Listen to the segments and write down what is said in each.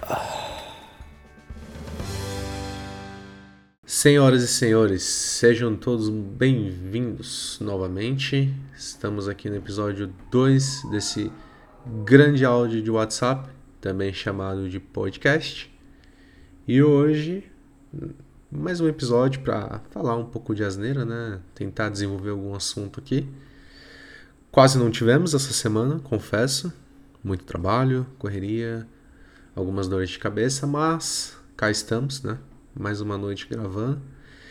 Senhoras e senhores, sejam todos bem-vindos novamente. Estamos aqui no episódio 2 desse grande áudio de WhatsApp, também chamado de podcast. E hoje, mais um episódio para falar um pouco de asneira, né? Tentar desenvolver algum assunto aqui. Quase não tivemos essa semana, confesso. Muito trabalho, correria, algumas dores de cabeça, mas cá estamos, né? Mais uma noite gravando.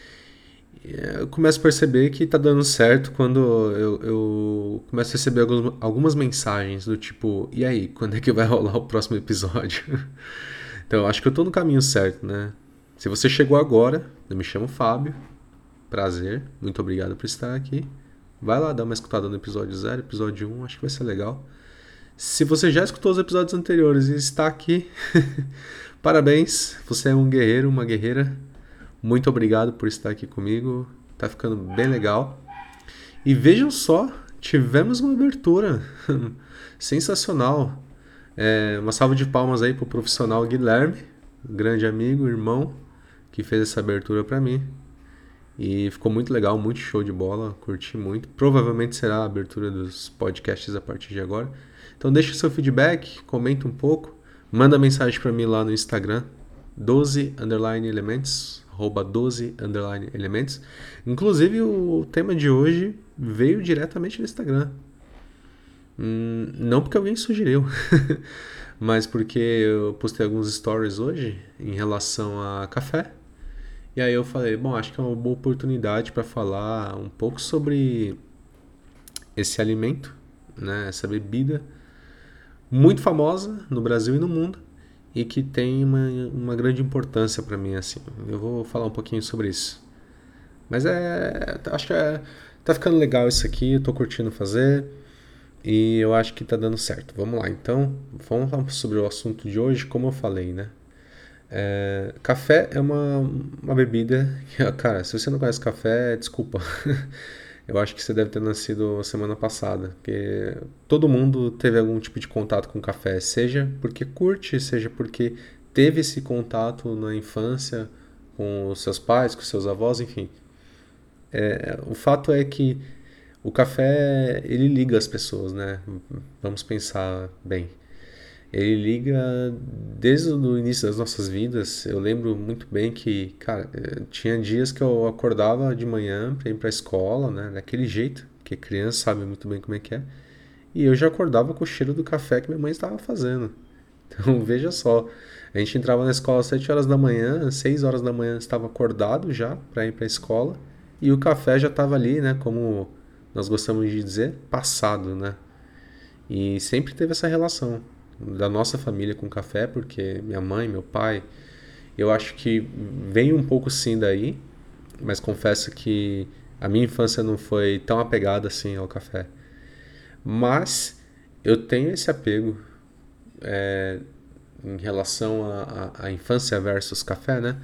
Eu começo a perceber que tá dando certo quando eu começo a receber algumas mensagens do tipo, e aí, quando é que vai rolar o próximo episódio? Então, acho que eu tô no caminho certo, né? Se você chegou agora, eu me chamo Fábio, prazer, muito obrigado por estar aqui. Vai lá dar uma escutada no episódio 0, episódio 1, acho que vai ser legal. Se você já escutou os episódios anteriores e está aqui, parabéns, você é um guerreiro, uma guerreira. Muito obrigado por estar aqui comigo, tá ficando bem legal. E vejam só, tivemos uma abertura sensacional. Uma salva de palmas aí pro profissional Guilherme, grande amigo, irmão, que fez essa abertura para mim. E ficou muito legal, muito show de bola, curti muito. Provavelmente será a abertura dos podcasts a partir de agora. Então deixa seu feedback, comenta um pouco, manda mensagem para mim lá no Instagram, 12_elements, @12_elements. Inclusive o tema de hoje veio diretamente do Instagram. Não porque alguém sugeriu, mas porque eu postei alguns stories hoje em relação a café. E aí eu falei, bom, acho que é uma boa oportunidade para falar um pouco sobre esse alimento, né, essa bebida muito famosa no Brasil e no mundo e que tem uma grande importância para mim, assim. Eu vou falar um pouquinho sobre isso. Mas acho que tá ficando legal isso aqui, eu tô curtindo fazer e eu acho que tá dando certo. Vamos lá, então, vamos falar sobre o assunto de hoje, como eu falei, né? Café é uma bebida que, cara, se você não conhece café, desculpa. Eu acho que você deve ter nascido semana passada, porque todo mundo teve algum tipo de contato com café, seja porque curte, seja porque teve esse contato na infância com os seus pais, com os seus avós, enfim. O fato é que o café, ele liga as pessoas, né? Vamos pensar bem. Ele liga desde o início das nossas vidas. Eu lembro muito bem que, cara, tinha dias que eu acordava de manhã para ir para a escola, né, daquele jeito, porque criança sabe muito bem como é que é. E eu já acordava com o cheiro do café que minha mãe estava fazendo. Então, veja só, a gente entrava na escola às 7 horas da manhã, 6 horas da manhã estava acordado já para ir para a escola, e o café já estava ali, né, como nós gostamos de dizer, passado, né? E sempre teve essa relação da nossa família com café, porque minha mãe, meu pai, eu acho que vem um pouco sim daí, mas confesso que a minha infância não foi tão apegada assim ao café. Mas eu tenho esse apego em relação à infância versus café, né?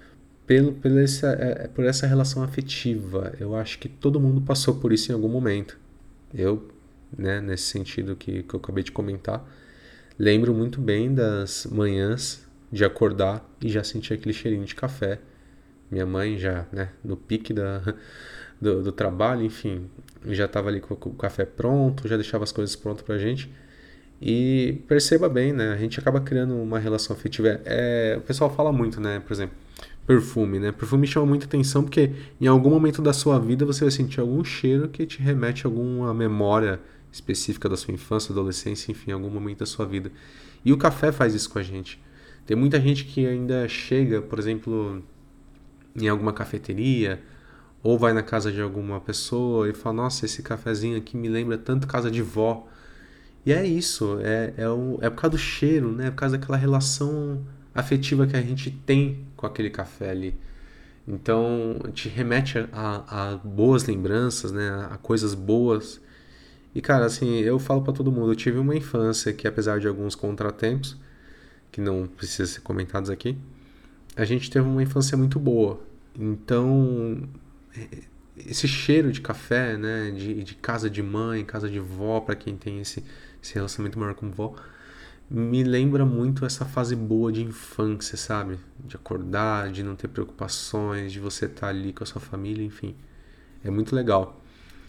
Por essa relação afetiva. Eu acho que todo mundo passou por isso em algum momento. Eu, né, nesse sentido que eu acabei de comentar, lembro muito bem das manhãs de acordar e já sentir aquele cheirinho de café. Minha mãe já, né, no pique do trabalho, enfim, já estava ali com o café pronto, já deixava as coisas prontas pra gente. E perceba bem, né, a gente acaba criando uma relação afetiva. O pessoal fala muito, né, por exemplo, perfume, né? Perfume chama muita atenção porque em algum momento da sua vida você vai sentir algum cheiro que te remete a alguma memória específica da sua infância, adolescência, enfim, algum momento da sua vida. E o café faz isso com a gente. Tem muita gente que ainda chega, por exemplo, em alguma cafeteria ou vai na casa de alguma pessoa e fala: Nossa, esse cafezinho aqui me lembra tanto casa de vó. E é isso, é por causa do cheiro, né? É por causa daquela relação afetiva que a gente tem com aquele café ali. Então, te remete a boas lembranças, né? A coisas boas. E, cara, assim, eu falo pra todo mundo, eu tive uma infância que, apesar de alguns contratempos, que não precisam ser comentados aqui, a gente teve uma infância muito boa. Então, esse cheiro de café, né? De casa de mãe, casa de vó, pra quem tem esse relacionamento maior com vó, me lembra muito essa fase boa de infância, sabe? De acordar, de não ter preocupações, de você estar ali com a sua família, enfim. É muito legal.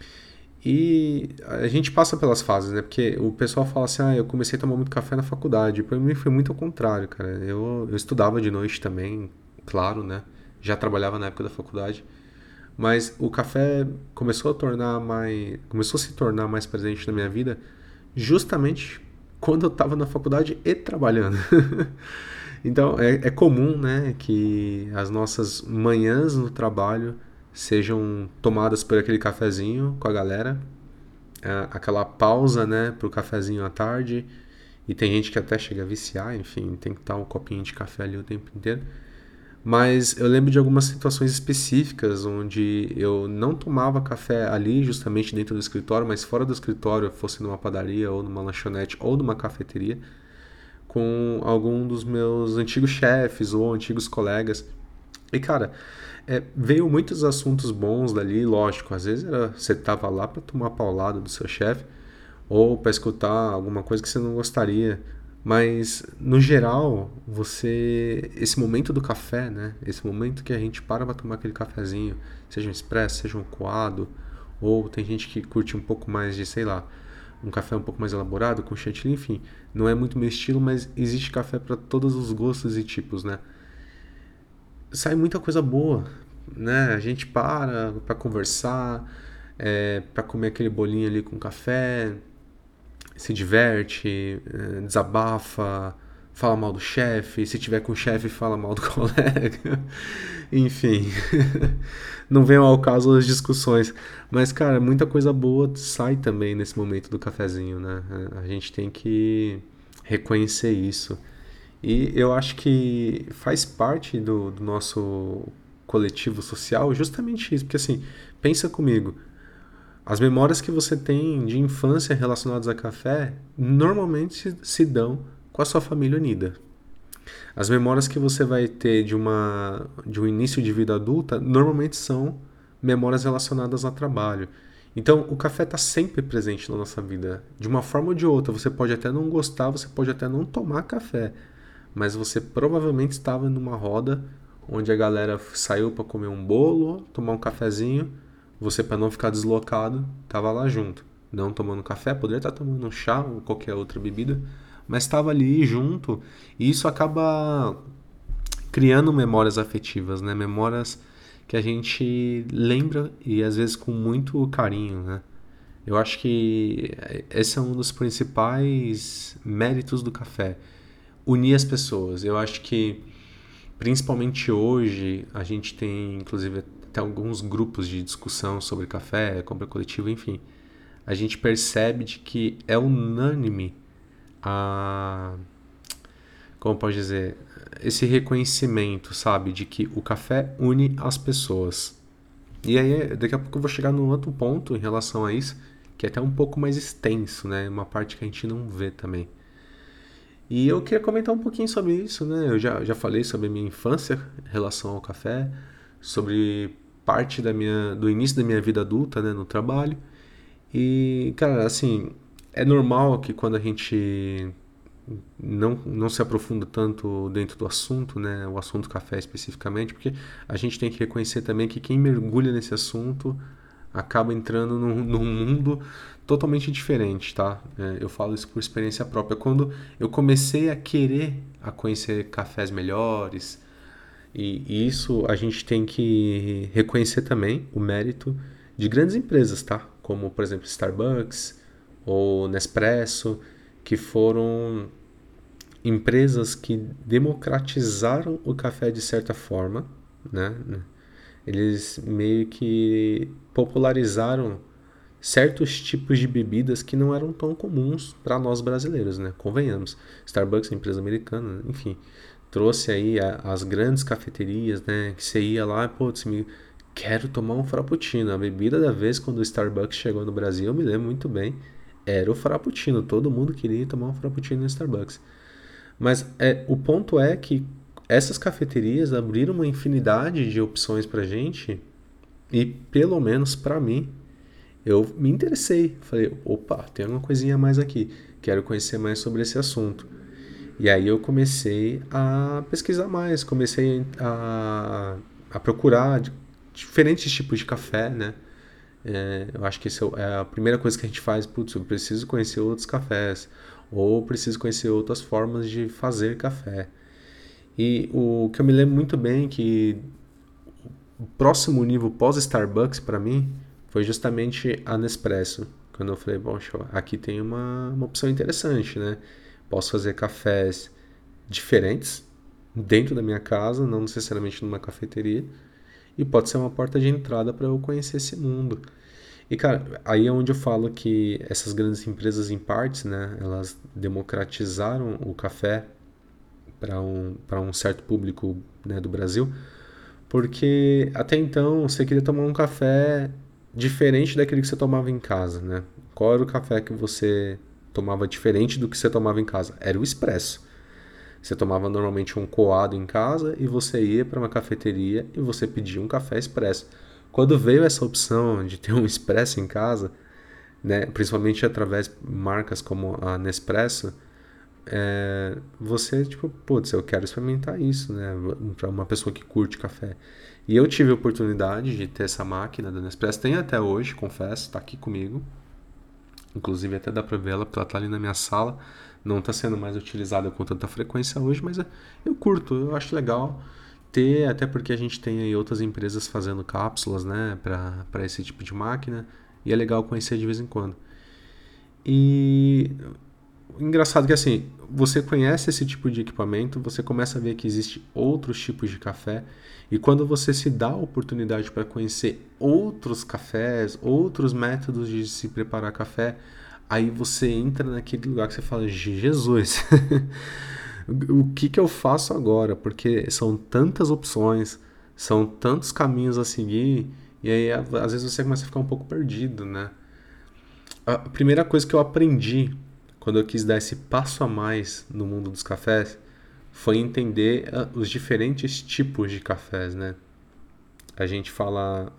E a gente passa pelas fases, né? Porque o pessoal fala assim, eu comecei a tomar muito café na faculdade. Pra mim foi muito ao contrário, cara. Eu estudava de noite também, claro, né? Já trabalhava na época da faculdade. Mas o café começou a se tornar mais presente na minha vida justamente quando eu estava na faculdade e trabalhando. Então é comum, né, que as nossas manhãs no trabalho sejam tomadas por aquele cafezinho com a galera, aquela pausa, né, pro cafezinho à tarde. E tem gente que até chega a viciar, enfim, tem que estar um copinho de café ali o tempo inteiro. Mas eu lembro de algumas situações específicas onde eu não tomava café ali, justamente dentro do escritório, mas fora do escritório, fosse numa padaria ou numa lanchonete ou numa cafeteria, com algum dos meus antigos chefes ou antigos colegas. E cara, veio muitos assuntos bons dali, lógico. Às vezes você tava lá para tomar paulada do seu chefe ou para escutar alguma coisa que você não gostaria. Mas no geral, esse momento do café, né? Esse momento que a gente para tomar aquele cafezinho, seja um expresso, seja um coado, ou tem gente que curte um pouco mais de, sei lá, um café um pouco mais elaborado com chantilly, enfim, não é muito meu estilo, mas existe café para todos os gostos e tipos, né? Sai muita coisa boa, né? A gente para conversar, para comer aquele bolinho ali com café, se diverte, desabafa, fala mal do chefe, se tiver com o chefe, fala mal do colega. Enfim, não vem ao caso as discussões. Mas, cara, muita coisa boa sai também nesse momento do cafezinho, né? A gente tem que reconhecer isso. E eu acho que faz parte do nosso coletivo social justamente isso. Porque, assim, pensa comigo. As memórias que você tem de infância relacionadas a café normalmente se dão com a sua família unida. As memórias que você vai ter de um início de vida adulta normalmente são memórias relacionadas a trabalho. Então, o café está sempre presente na nossa vida, de uma forma ou de outra. Você pode até não gostar, você pode até não tomar café, mas você provavelmente estava numa roda onde a galera saiu para comer um bolo, tomar um cafezinho. Você, para não ficar deslocado, estava lá junto. Não tomando café, poderia estar tomando um chá ou qualquer outra bebida, mas estava ali junto. E isso acaba criando memórias afetivas, né? Memórias que a gente lembra e às vezes com muito carinho, né? Eu acho que esse é um dos principais méritos do café, unir as pessoas. Eu acho que principalmente hoje a gente tem inclusive até alguns grupos de discussão sobre café, compra coletiva, enfim. A gente percebe de que é unânime a, como pode dizer, esse reconhecimento, sabe, de que o café une as pessoas. E aí, daqui a pouco eu vou chegar num outro ponto em relação a isso, que é até um pouco mais extenso, né? Uma parte que a gente não vê também. E eu queria comentar um pouquinho sobre isso, né? Eu já falei sobre a minha infância em relação ao café, sobre parte do início da minha vida adulta, né, no trabalho. E, cara, assim, é normal que quando a gente não se aprofunda tanto dentro do assunto, né, o assunto café especificamente, porque a gente tem que reconhecer também que quem mergulha nesse assunto acaba entrando num mundo totalmente diferente, tá? Eu falo isso por experiência própria. Quando eu comecei a conhecer cafés melhores, e isso a gente tem que reconhecer também o mérito de grandes empresas, tá? Como, por exemplo, Starbucks ou Nespresso, que foram empresas que democratizaram o café de certa forma, né? Eles meio que popularizaram certos tipos de bebidas que não eram tão comuns para nós brasileiros, né? Convenhamos. Starbucks é uma empresa americana, enfim, trouxe aí as grandes cafeterias, né? Que você ia lá, pô, quero tomar um frappuccino. A bebida da vez quando o Starbucks chegou no Brasil, eu me lembro muito bem, era o frappuccino. Todo mundo queria tomar um frappuccino no Starbucks. Mas o ponto é que essas cafeterias abriram uma infinidade de opções pra gente e, pelo menos pra mim, eu me interessei. Falei, opa, tem uma coisinha a mais aqui. Quero conhecer mais sobre esse assunto. E aí eu comecei a pesquisar mais, comecei a procurar diferentes tipos de café, né? Eu acho que essa é a primeira coisa que a gente faz. Putz, eu preciso conhecer outros cafés, ou preciso conhecer outras formas de fazer café. E o que eu me lembro muito bem que o próximo nível pós-Starbucks para mim foi justamente a Nespresso. Quando eu falei, bom, show, aqui tem uma opção interessante, né? Posso fazer cafés diferentes dentro da minha casa, não necessariamente numa cafeteria, e pode ser uma porta de entrada para eu conhecer esse mundo. E cara, aí é onde eu falo que essas grandes empresas em partes, né, elas democratizaram o café para um certo público, né, do Brasil, porque até então você queria tomar um café diferente daquele que você tomava em casa, né? Qual era o café que você tomava diferente do que você tomava em casa? Era o expresso. Você tomava normalmente um coado em casa e você ia para uma cafeteria e você pedia um café expresso. Quando veio essa opção de ter um expresso em casa, né, principalmente através de marcas como a Nespresso, você, tipo, putz, eu quero experimentar isso, né? Para uma pessoa que curte café. E eu tive a oportunidade de ter essa máquina da Nespresso, tem até hoje, confesso, está aqui comigo. Inclusive até dá para ver ela, porque ela tá ali na minha sala. Não está sendo mais utilizada com tanta frequência hoje, mas eu curto, eu acho legal ter, até porque a gente tem aí outras empresas fazendo cápsulas, né, para esse tipo de máquina, e é legal conhecer de vez em quando. E engraçado que assim, você conhece esse tipo de equipamento, você começa a ver que existe outros tipos de café, e quando você se dá a oportunidade para conhecer outros cafés, outros métodos de se preparar café, aí você entra naquele lugar que você fala, Jesus, o que que eu faço agora? Porque são tantas opções, são tantos caminhos a seguir, e aí às vezes você começa a ficar um pouco perdido, né? A primeira coisa que eu aprendi quando eu quis dar esse passo a mais no mundo dos cafés foi entender os diferentes tipos de cafés, né? A gente fala,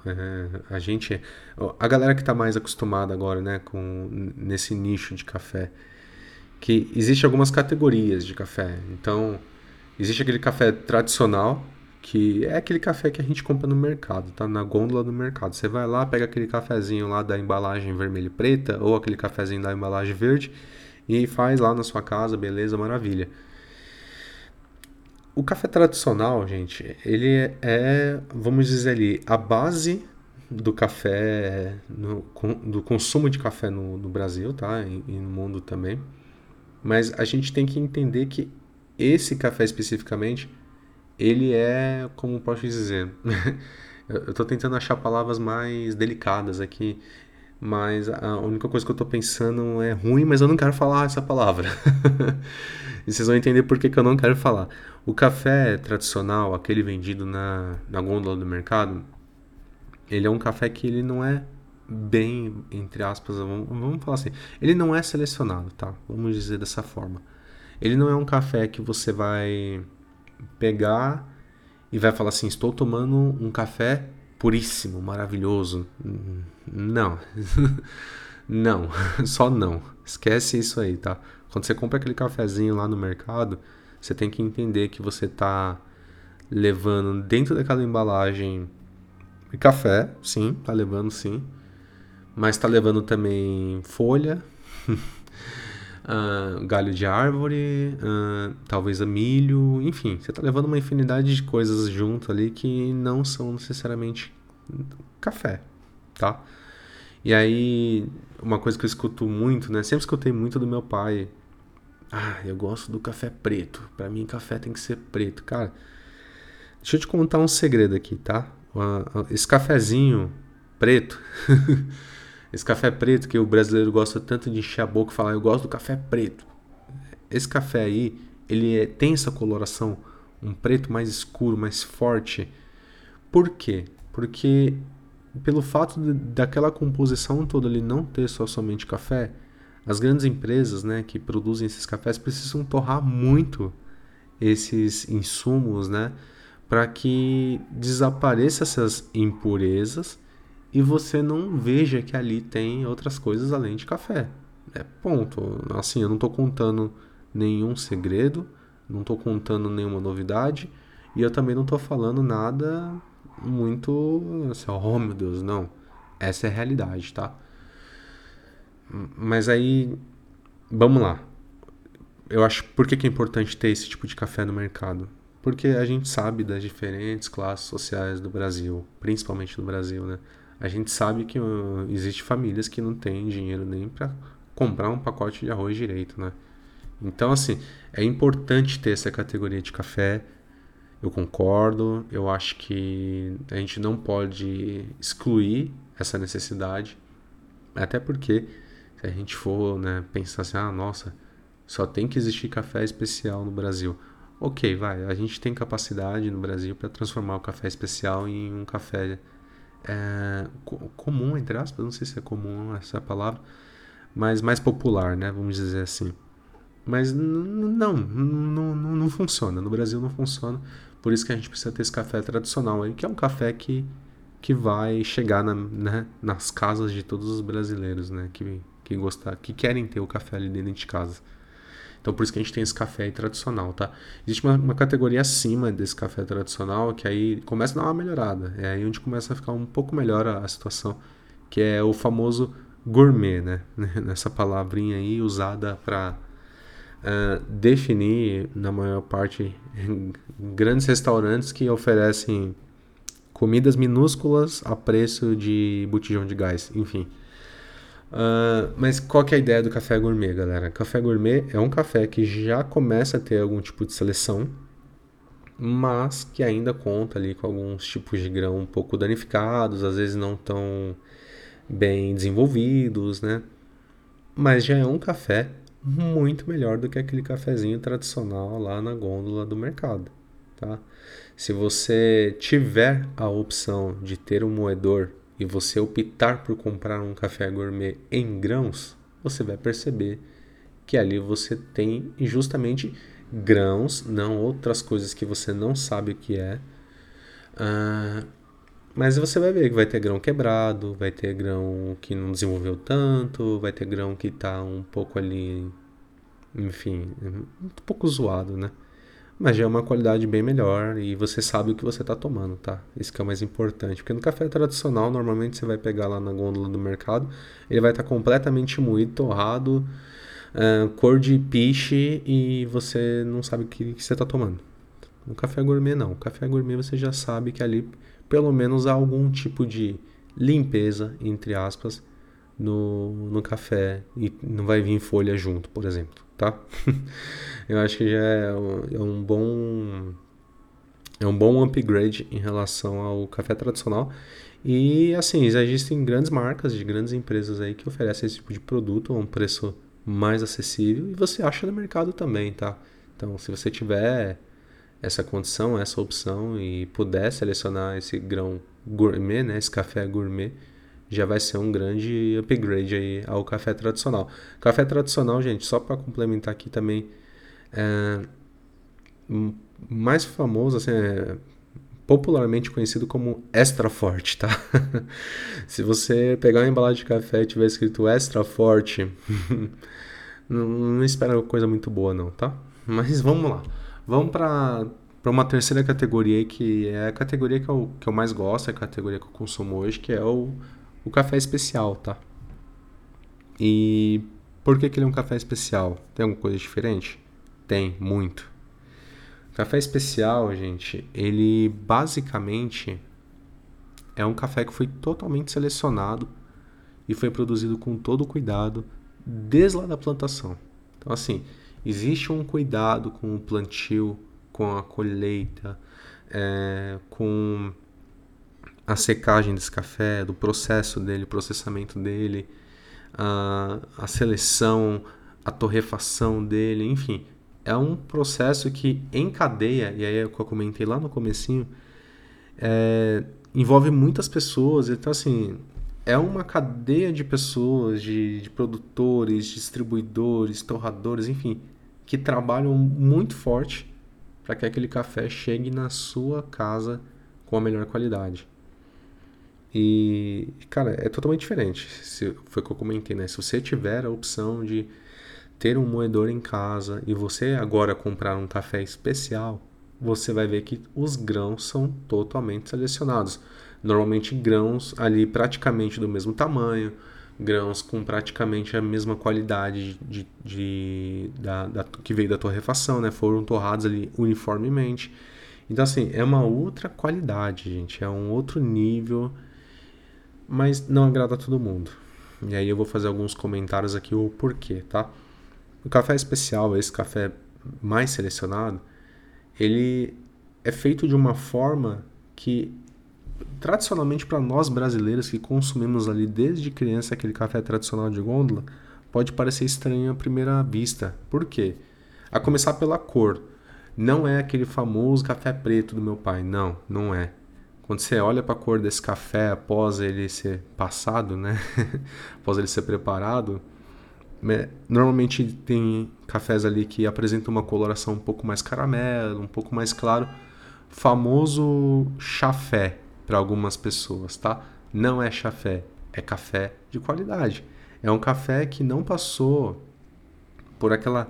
a galera que está mais acostumada agora, né, com nesse nicho de café, que existe algumas categorias de café. Então, existe aquele café tradicional, que é aquele café que a gente compra no mercado, tá? Na gôndola do mercado. Você vai lá, pega aquele cafezinho lá da embalagem vermelha e preta, ou aquele cafezinho da embalagem verde, e faz lá na sua casa, beleza, maravilha. O café tradicional, gente, ele vamos dizer ali, a base do café, do consumo de café no Brasil, tá? E no mundo também. Mas a gente tem que entender que esse café especificamente, ele é, como posso dizer, eu estou tentando achar palavras mais delicadas aqui, mas a única coisa que eu estou pensando é ruim, mas eu não quero falar essa palavra. E vocês vão entender por que que eu não quero falar. O café tradicional, aquele vendido na gôndola do mercado, ele é um café que ele não é bem, entre aspas, vamos falar assim, ele não é selecionado, tá? Vamos dizer dessa forma. Ele não é um café que você vai pegar e vai falar assim, estou tomando um café puríssimo, maravilhoso. Não. Não, só não. Esquece isso aí, tá? Quando você compra aquele cafezinho lá no mercado, você tem que entender que você tá levando dentro daquela embalagem café, sim, tá levando sim, mas tá levando também folha, galho de árvore, talvez a milho, enfim, você tá levando uma infinidade de coisas junto ali que não são necessariamente café, tá? E aí, uma coisa que eu escuto muito, né? Sempre escutei muito do meu pai. Ah, eu gosto do café preto. Pra mim, café tem que ser preto. Cara, deixa eu te contar um segredo aqui, tá? Esse cafezinho preto, esse café preto que o brasileiro gosta tanto de encher a boca e falar, eu gosto do café preto. Esse café aí, tem essa coloração, um preto mais escuro, mais forte. Por quê? Porque pelo fato daquela composição toda ali não ter somente café, as grandes empresas, né, que produzem esses cafés precisam torrar muito esses insumos, né, para que desapareça essas impurezas e você não veja que ali tem outras coisas além de café. É ponto. Assim, eu não estou contando nenhum segredo, não tô contando nenhuma novidade e eu também não tô falando nada muito assim, oh meu Deus, não. Essa é a realidade, tá? Mas aí, vamos lá. Eu acho por que é importante ter esse tipo de café no mercado? Porque a gente sabe das diferentes classes sociais do Brasil, principalmente do Brasil, né? A gente sabe que existe famílias que não têm dinheiro nem para comprar um pacote de arroz direito, né? Então, assim, é importante ter essa categoria de café. Eu concordo. Eu acho que a gente não pode excluir essa necessidade. Até porque, se a gente for, né, pensar assim, ah, nossa, só tem que existir café especial no Brasil. Ok, vai, a gente tem capacidade no Brasil para transformar o café especial em um café comum, entre aspas, não sei se é comum essa palavra, mas mais popular, né, vamos dizer assim. Mas não funciona, no Brasil não funciona, por isso que a gente precisa ter esse café tradicional aí, que é um café que vai chegar né, nas casas de todos os brasileiros, né, que querem ter o café ali dentro de casa. Então por isso que a gente tem esse café aí tradicional, tá? Existe uma categoria acima desse café tradicional que aí começa a dar uma melhorada. É aí onde começa a ficar um pouco melhor a situação, que é o famoso gourmet, né? Nessa palavrinha aí usada para definir, na maior parte, grandes restaurantes que oferecem comidas minúsculas a preço de botijão de gás, enfim. Mas qual que é a ideia do café gourmet, galera? Café gourmet é um café que já começa a ter algum tipo de seleção, mas que ainda conta ali com alguns tipos de grão um pouco danificados, às vezes não tão bem desenvolvidos, né? Mas já é um café muito melhor do que aquele cafezinho tradicional lá na gôndola do mercado, tá? Se você tiver a opção de ter um moedor e você optar por comprar um café gourmet em grãos, você vai perceber que ali você tem justamente grãos, não outras coisas que você não sabe o que é. Ah, mas você vai ver que vai ter grão quebrado, vai ter grão que não desenvolveu tanto, vai ter grão que está um pouco ali, enfim, um pouco zoado, né? Mas já é uma qualidade bem melhor e você sabe o que você está tomando, tá? Isso que é o mais importante. Porque no café tradicional, normalmente você vai pegar lá na gôndola do mercado, ele vai estar completamente moído, torrado, cor de piche e você não sabe o que você está tomando. No café gourmet, não. No café gourmet você já sabe que ali, pelo menos, há algum tipo de limpeza, entre aspas, no café e não vai vir folha junto, por exemplo, tá? Eu acho que já é um bom upgrade em relação ao café tradicional. E assim, já existem grandes marcas de grandes empresas aí que oferecem esse tipo de produto a um preço mais acessível e você acha no mercado também, tá? Então, se você tiver essa condição, essa opção e puder selecionar esse grão gourmet, né, esse café gourmet, já vai ser um grande upgrade aí ao café tradicional. Café tradicional, gente, só para complementar aqui também, é, mais famoso, assim, popularmente conhecido como extra forte, tá? Se você pegar uma embalagem de café e tiver escrito extra forte, não espera coisa muito boa não, tá? Mas vamos lá. Vamos para uma terceira categoria aí, que é a categoria que eu mais gosto, é a categoria que eu consumo hoje, que é o café especial, tá? E por que ele é um café especial? Tem alguma coisa diferente? Tem, muito. Café especial, gente, ele basicamente é um café que foi totalmente selecionado e foi produzido com todo o cuidado desde lá da plantação. Então, assim, existe um cuidado com o plantio, com a colheita, com a secagem desse café, do processo dele, processamento dele, a seleção, a torrefação dele, enfim. É um processo que em cadeia, e aí é o que eu comentei lá no comecinho, envolve muitas pessoas, então assim, é uma cadeia de pessoas, de produtores, distribuidores, torradores, enfim, que trabalham muito forte para que aquele café chegue na sua casa com a melhor qualidade. E, cara, é totalmente diferente. Foi o que eu comentei, né? Se você tiver a opção de ter um moedor em casa e você agora comprar um café especial, você vai ver que os grãos são totalmente selecionados. Normalmente grãos ali praticamente do mesmo tamanho, grãos com praticamente a mesma qualidade que veio da torrefação, né? Foram torrados ali uniformemente. Então, assim, é uma outra qualidade, gente. É um outro nível, mas não agrada a todo mundo. E aí eu vou fazer alguns comentários aqui o porquê, tá? O café especial, esse café mais selecionado, ele é feito de uma forma que, tradicionalmente para nós brasileiros que consumimos ali desde criança aquele café tradicional de gôndola, pode parecer estranho à primeira vista. Por quê? A começar pela cor. Não é aquele famoso café preto do meu pai. Não, não é. Quando você olha para a cor desse café após ele ser passado, né? Após ele ser preparado, normalmente tem cafés ali que apresentam uma coloração um pouco mais caramelo, um pouco mais claro, famoso chafé para algumas pessoas, tá? Não é chafé, é café de qualidade. É um café que não passou por aquela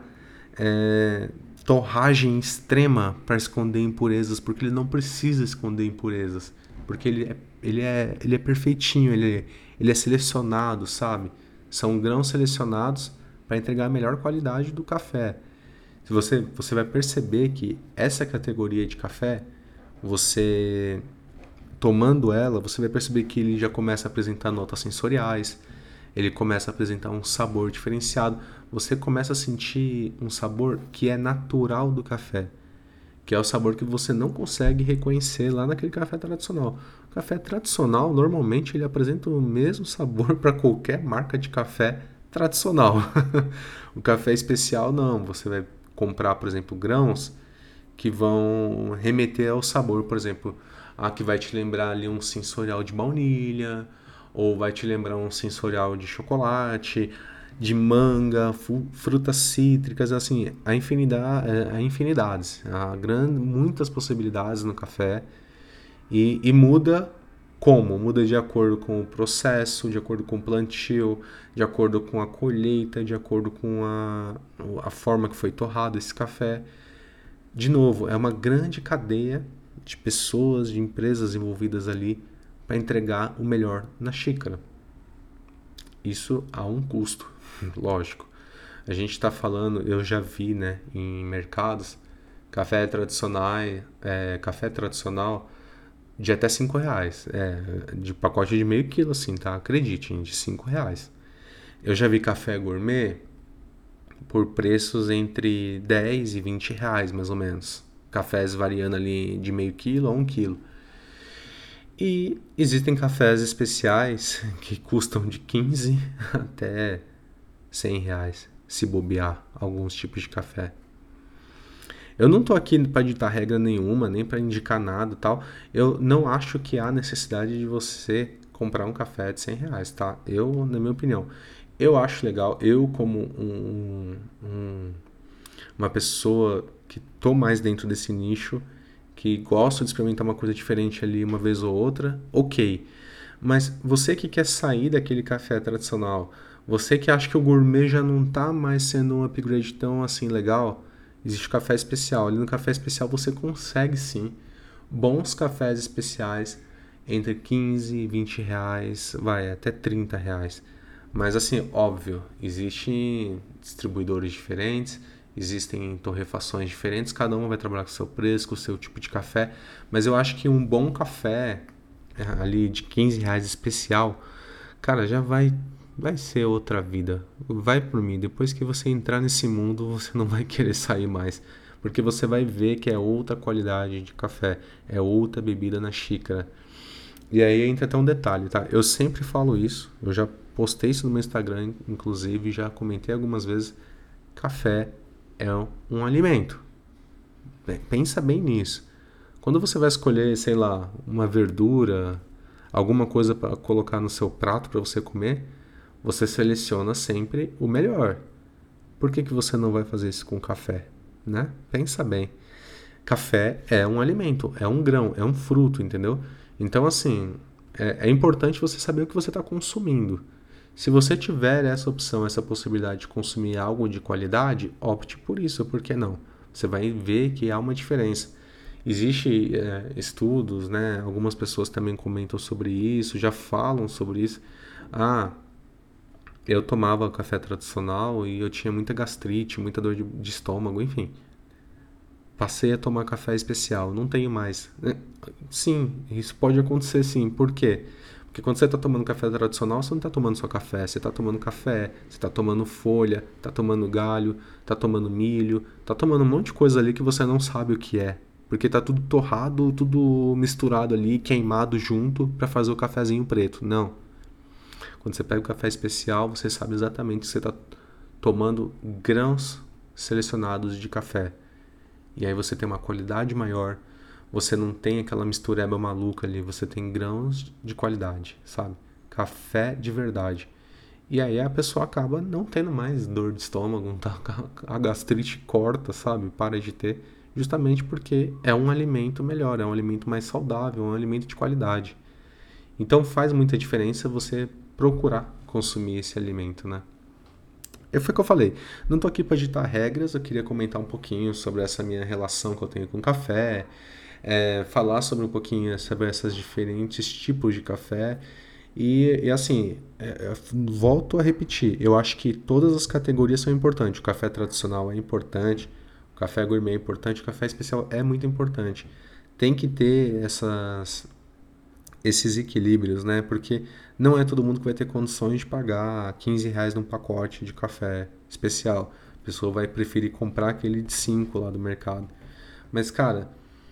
torragem extrema para esconder impurezas, porque ele não precisa esconder impurezas, porque ele é perfeitinho, ele é selecionado, sabe? São grãos selecionados para entregar a melhor qualidade do café. Se você vai perceber que essa categoria de café, você tomando ela, você vai perceber que ele já começa a apresentar notas sensoriais, ele começa a apresentar um sabor diferenciado. Você começa a sentir um sabor que é natural do café, que é o sabor que você não consegue reconhecer lá naquele café tradicional. O café tradicional, normalmente, ele apresenta o mesmo sabor para qualquer marca de café tradicional. O café especial, não. Você vai comprar, por exemplo, grãos que vão remeter ao sabor, por exemplo, que vai te lembrar ali um sensorial de baunilha, ou vai te lembrar um sensorial de chocolate, de manga, frutas cítricas, assim, há infinidades, muitas possibilidades no café e muda como? Muda de acordo com o processo, de acordo com o plantio, de acordo com a colheita, de acordo com a forma que foi torrado esse café. De novo, é uma grande cadeia de pessoas, de empresas envolvidas ali para entregar o melhor na xícara. Isso a um custo, lógico. A gente está falando, eu já vi, né, em mercados, café tradicional de até R$ 5, de pacote de meio quilo, assim, tá? Acreditem, de R$ 5. Eu já vi café gourmet por preços entre 10 e R$ 20, mais ou menos. Cafés variando ali de meio quilo a 1 quilo. E existem cafés especiais que custam de 15 até R$ 100, se bobear alguns tipos de café. Eu não tô aqui para ditar regra nenhuma, nem para indicar nada e tal. Eu não acho que há necessidade de você comprar um café de R$ 100, tá? Eu, na minha opinião, eu acho legal. Eu, como uma pessoa que tô mais dentro desse nicho, que gosto de experimentar uma coisa diferente ali uma vez ou outra, ok. Mas você que quer sair daquele café tradicional, você que acha que o gourmet já não tá mais sendo um upgrade tão assim legal, existe o café especial. Ali no café especial você consegue sim bons cafés especiais entre 15 e R$ 20, vai até R$ 30. Mas assim, óbvio, existem distribuidores diferentes, existem torrefações diferentes, cada um vai trabalhar com o seu preço, com o seu tipo de café, mas eu acho que um bom café ali de R$ 15 especial, cara, já vai ser outra vida. Vai por mim, depois que você entrar nesse mundo, você não vai querer sair mais, porque você vai ver que é outra qualidade de café, é outra bebida na xícara. E aí entra até um detalhe, tá? Eu sempre falo isso, eu já postei isso no meu Instagram, inclusive, já comentei algumas vezes, café é um alimento. Pensa bem nisso. Quando você vai escolher, sei lá, uma verdura, alguma coisa para colocar no seu prato para você comer, você seleciona sempre o melhor. Por que você não vai fazer isso com café, né? Pensa bem. Café é um alimento, é um grão, é um fruto, entendeu? Então, assim, é importante você saber o que você está consumindo. Se você tiver essa opção, essa possibilidade de consumir algo de qualidade, opte por isso, por que não? Você vai ver que há uma diferença. Existem estudos, né? Algumas pessoas também comentam sobre isso, já falam sobre isso. Ah, eu tomava café tradicional e eu tinha muita gastrite, muita dor de estômago, enfim. Passei a tomar café especial, não tenho mais. Sim, isso pode acontecer sim. Por quê? Porque quando você está tomando café tradicional, você não está tomando só café, você está tomando café, você está tomando folha, está tomando galho, está tomando milho, está tomando um monte de coisa ali que você não sabe o que é. Porque tá tudo torrado, tudo misturado ali, queimado junto para fazer o cafezinho preto. Não. Quando você pega o café especial, você sabe exatamente que você está tomando grãos selecionados de café. E aí você tem uma qualidade maior, você não tem aquela mistureba maluca ali, você tem grãos de qualidade, sabe? Café de verdade. E aí a pessoa acaba não tendo mais dor de estômago, a gastrite corta, sabe? Para de ter, justamente porque é um alimento melhor, é um alimento mais saudável, é um alimento de qualidade. Então faz muita diferença você procurar consumir esse alimento, né? Foi o que eu falei. Não tô aqui para ditar regras, eu queria comentar um pouquinho sobre essa minha relação que eu tenho com o café, falar sobre um pouquinho sobre esses diferentes tipos de café. E assim, volto a repetir, eu acho que todas as categorias são importantes. O café tradicional é importante, o café gourmet é importante, o café especial é muito importante. Tem que ter esses equilíbrios, né? Porque não é todo mundo que vai ter condições de pagar R$ 15 num pacote de café especial. A pessoa vai preferir comprar aquele de 5 lá do mercado. Mas, cara,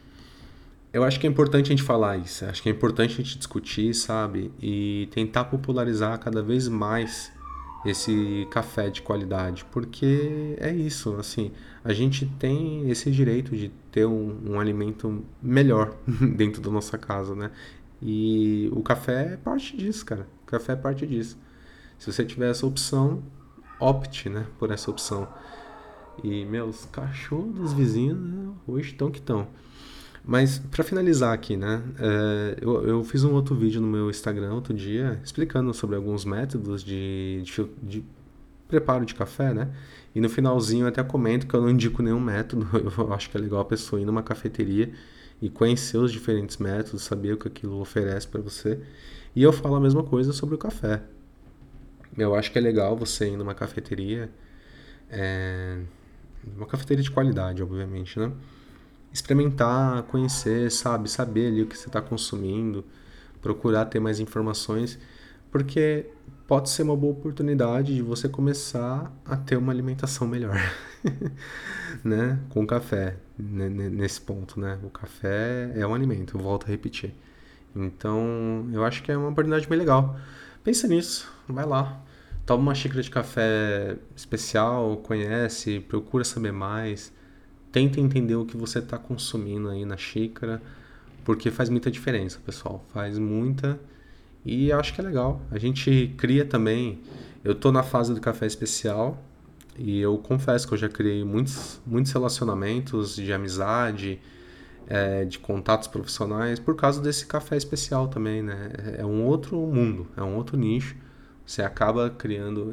eu acho que é importante a gente falar isso. Acho que é importante a gente discutir, sabe? E tentar popularizar cada vez mais esse café de qualidade. Porque é isso, assim, a gente tem esse direito de ter um alimento melhor dentro da nossa casa, né? E o café é parte disso, cara. O café é parte disso. Se você tiver essa opção, opte, né, por essa opção. E meus cachorros dos vizinhos, né, hoje estão que estão. Mas para finalizar aqui, né, eu fiz um outro vídeo no meu Instagram outro dia explicando sobre alguns métodos de preparo de café, né? E no finalzinho eu até comento que eu não indico nenhum método. Eu acho que é legal a pessoa ir numa cafeteria e conhecer os diferentes métodos, saber o que aquilo oferece para você. E eu falo a mesma coisa sobre o café. Eu acho que é legal você ir numa cafeteria, é, uma cafeteria de qualidade, obviamente, né? Experimentar, conhecer, sabe? Saber ali o que você está consumindo, procurar ter mais informações, porque pode ser uma boa oportunidade de você começar a ter uma alimentação melhor, né? Com o café, nesse ponto, né? O café é um alimento, eu volto a repetir. Então, eu acho que é uma oportunidade bem legal. Pensa nisso, vai lá. Toma uma xícara de café especial, conhece, procura saber mais. Tenta entender o que você está consumindo aí na xícara, porque faz muita diferença, pessoal. Faz muita. E eu acho que é legal. A gente cria também. Eu tô na fase do café especial e eu confesso que eu já criei muitos relacionamentos de amizade, de contatos profissionais por causa desse café especial também, né? É um outro mundo, é um outro nicho. Você acaba criando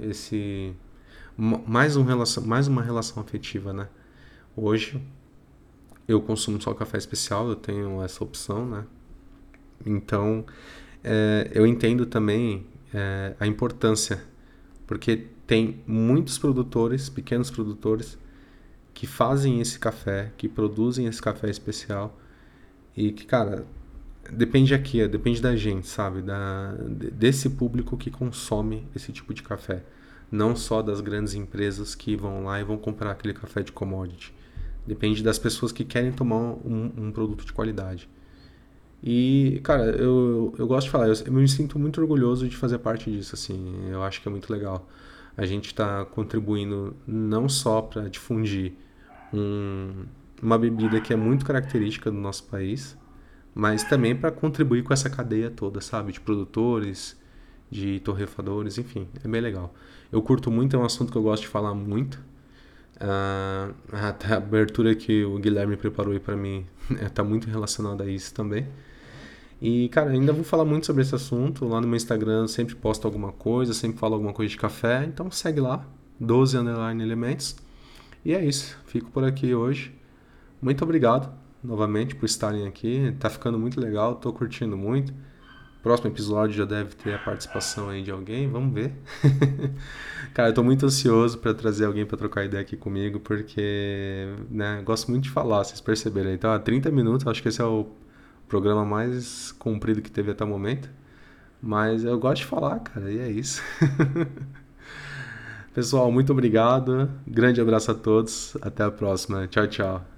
mais uma relação afetiva, né? Hoje eu consumo só café especial, eu tenho essa opção, né? Então, eu entendo também a importância, porque tem muitos produtores, pequenos produtores, que fazem esse café, que produzem esse café especial e que, cara, depende aqui, depende da gente, sabe? Desse público que consome esse tipo de café. Não só das grandes empresas que vão lá e vão comprar aquele café de commodity. Depende das pessoas que querem tomar um produto de qualidade. E, cara, eu gosto de falar, eu me sinto muito orgulhoso de fazer parte disso, assim, eu acho que é muito legal. A gente está contribuindo não só para difundir um- uma bebida que é muito característica do nosso país, mas também para contribuir com essa cadeia toda, sabe? De produtores, de torrefadores, enfim, é bem legal. Eu curto muito, é um assunto que eu gosto de falar muito. A abertura que o Guilherme preparou aí para mim está muito relacionada a isso também. E, cara, ainda vou falar muito sobre esse assunto. Lá no meu Instagram eu sempre posto alguma coisa, sempre falo alguma coisa de café. Então segue lá, 12 underline elementos. E é isso. Fico por aqui hoje. Muito obrigado novamente por estarem aqui. Tá ficando muito legal, tô curtindo muito. Próximo episódio já deve ter a participação aí de alguém, vamos ver. Cara, eu tô muito ansioso pra trazer alguém pra trocar ideia aqui comigo, porque, né, gosto muito de falar, vocês perceberam. Então, há 30 minutos, acho que esse é o programa mais comprido que teve até o momento. Mas eu gosto de falar, cara, e é isso. Pessoal, muito obrigado. Grande abraço a todos. Até a próxima. Tchau, tchau.